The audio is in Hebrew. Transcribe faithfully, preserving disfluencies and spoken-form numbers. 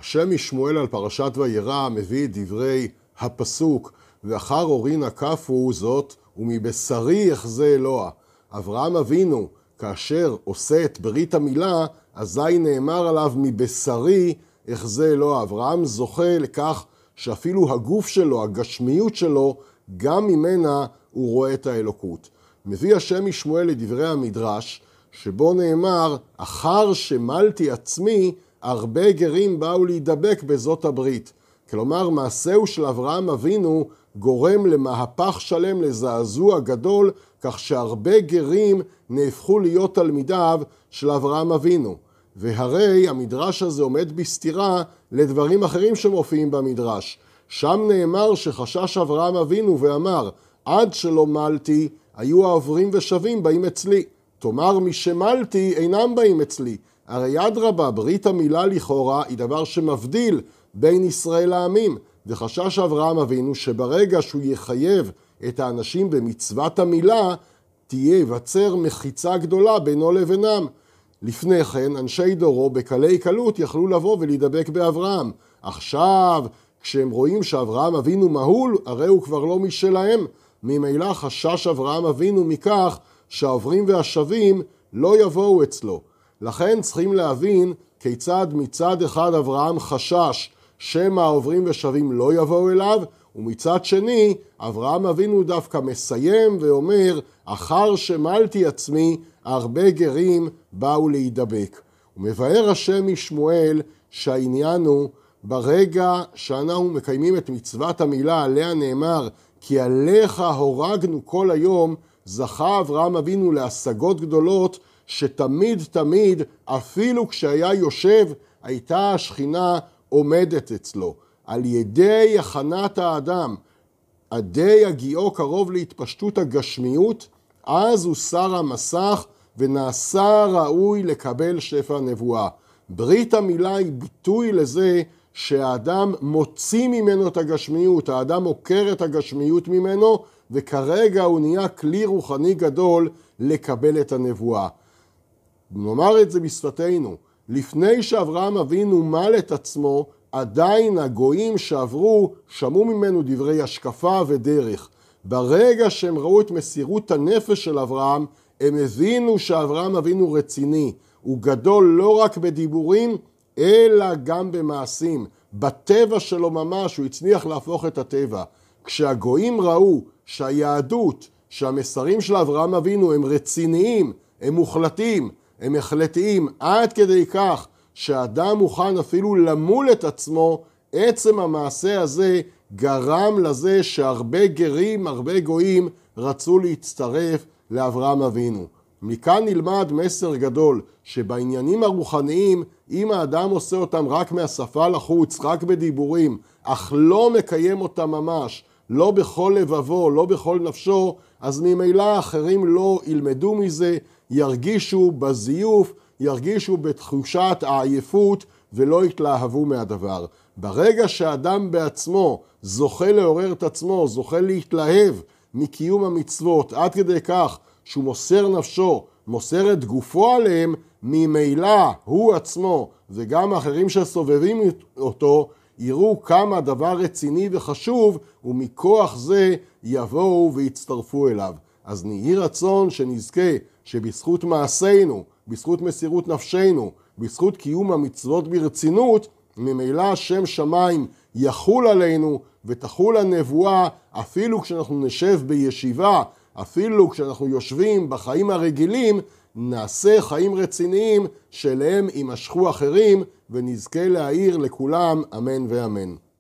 השם משמואל על פרשת וירא מביא את דברי הפסוק, ואחר אורין הקפו זאת ומבשרי אחזה אלוה. אברהם אבינו כאשר עושה את ברית המילה, אזי נאמר עליו מבשרי אחזה אלוה. אברהם זוכה לכך שאפילו הגוף שלו, הגשמיות שלו, גם ממנה הוא רואה את האלוקות. מביא השם משמואל לדברי המדרש, שבו נאמר, אחר שמלתי עצמי, הרבה גרים באו להידבק בזאת הברית. כלומר, מעשהו של אברהם אבינו גורם למהפך שלם, לזעזוע גדול, כך שהרבה גרים נהפכו להיות תלמידיו של אברהם אבינו. והרי המדרש הזה עומד בסתירה לדברים אחרים שמופיעים במדרש. שם נאמר שחשש אברהם אבינו ואמר, עד שלא מלתי, היו העוברים ושבים באים אצלי. תאמר משמלתי אינם באים אצלי. הרי יד רבה, ברית המילה לכאורה היא דבר שמבדיל בין ישראל לעמים. וחשש אברהם אבינו שברגע שהוא יחייב את האנשים במצוות המילה, תהיה יווצר מחיצה גדולה בינו לבינם. לפני כן אנשי דורו בקלי קלות יכלו לבוא ולהידבק באברהם. עכשיו כשהם רואים שאברהם אבינו מהול, הרי הוא כבר לא משלהם. ממילא חשש אברהם אבינו מכך שהעוברים והשבים לא יבואו אצלו. לכן צריכים להבין כיצד מצד אחד אברהם חשש שמא העוברים ושבים לא יבואו אליו, ומצד שני אברהם אבינו דווקא מסיים ואומר, אחר שמלתי עצמי הרבה גרים באו להידבק. ומבאר השם משמואל שהעניין הוא ברגע שאנחנו מקיימים את מצוות המילה עליה נאמר, כי עליך הורגנו כל היום, זכה אברהם אבינו להשגות גדולות, שתמיד תמיד אפילו כשהיה יושב הייתה השכינה עומדת אצלו. על ידי הכנת האדם, עדי הגיעו קרוב להתפשטות הגשמיות, אז הוא שר המסך ונעשה ראוי לקבל שפע נבואה. ברית המילה היא ביטוי לזה שהאדם מוציא ממנו את הגשמיות, האדם עוקר את הגשמיות ממנו, וכרגע הוא נהיה כלי רוחני גדול לקבל את הנבואה. נאמר את זה בשפתנו, לפני שאברהם אבינו מל את עצמו, עדיין הגויים שעברו שמעו ממנו דברי השקפה ודרך. ברגע שהם ראו את מסירות הנפש של אברהם, הם הבינו שאברהם אבינו רציני. הוא גדול לא רק בדיבורים, אלא גם במעשים. בטבע שלו ממש הוא הצליח להפוך את הטבע. כשהגויים ראו שהיהדות, שהמסרים של אברהם אבינו הם רציניים, הם מוחלטים, הם החלטיים, עד כדי כך שהאדם מוכן אפילו למול את עצמו, עצם המעשה הזה גרם לזה שהרבה גרים, הרבה גויים רצו להצטרף לאברהם אבינו. מכאן נלמד מסר גדול, שבעניינים הרוחניים, אם האדם עושה אותם רק מהשפה לחוץ, רק בדיבורים, אך לא מקיים אותם ממש, לא בכל לבבו, לא בכל נפשו, אז ממילא אחרים לא ילמדו מזה, ירגישו בזיוף, ירגישו בתחושת העייפות ולא יתלהבו מהדבר. ברגע שהאדם בעצמו זוכה לעורר את עצמו, זוכה להתלהב מקיום המצוות, עד כדי כך שהוא מוסר נפשו, מוסר את גופו עליהם, ממילא הוא עצמו וגם האחרים שסובבים אותו יראו כמה דבר רציני וחשוב, ומכוח זה יבואו ויצטרפו אליו. אז נהי רצון שנזכה שבזכות מעשינו, בזכות מסירות נפשנו, בזכות קיום המצוות ברצינות, ממילא שם שמיים יחול עלינו ותחול הנבואה, אפילו כשאנחנו נשב בישיבה, אפילו כשאנחנו יושבים בחיים הרגילים, נעשה חיים רציניים שאליהם יימשכו אחרים, ונזכה להעיר לכולם אמן ואמן.